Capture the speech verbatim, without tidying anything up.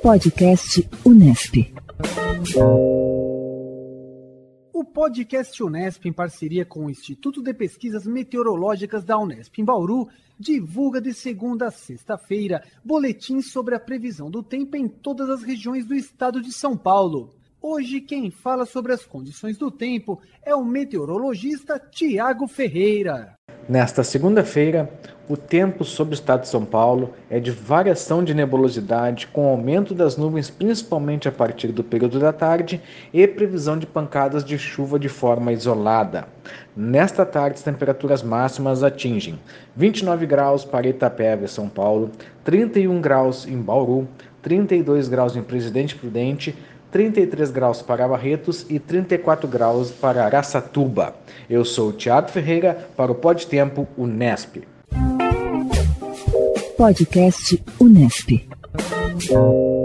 Podcast Unesp. O Podcast Unesp, em parceria com o Instituto de Pesquisas Meteorológicas da Unesp em Bauru, divulga de segunda a sexta-feira boletins sobre a previsão do tempo em todas as regiões do estado de São Paulo. Hoje, quem fala sobre as condições do tempo é o meteorologista Tiago Ferreira. Nesta segunda-feira, o tempo sobre o estado de São Paulo é de variação de nebulosidade, com aumento das nuvens principalmente a partir do período da tarde e previsão de pancadas de chuva de forma isolada. Nesta tarde, as temperaturas máximas atingem vinte e nove graus para Itapeva e São Paulo, trinta e um graus em Bauru, trinta e dois graus em Presidente Prudente, trinta e três graus para Barretos e trinta e quatro graus para Araçatuba. Eu sou o Tiago Ferreira para o Podtempo Unesp. Podcast Unesp.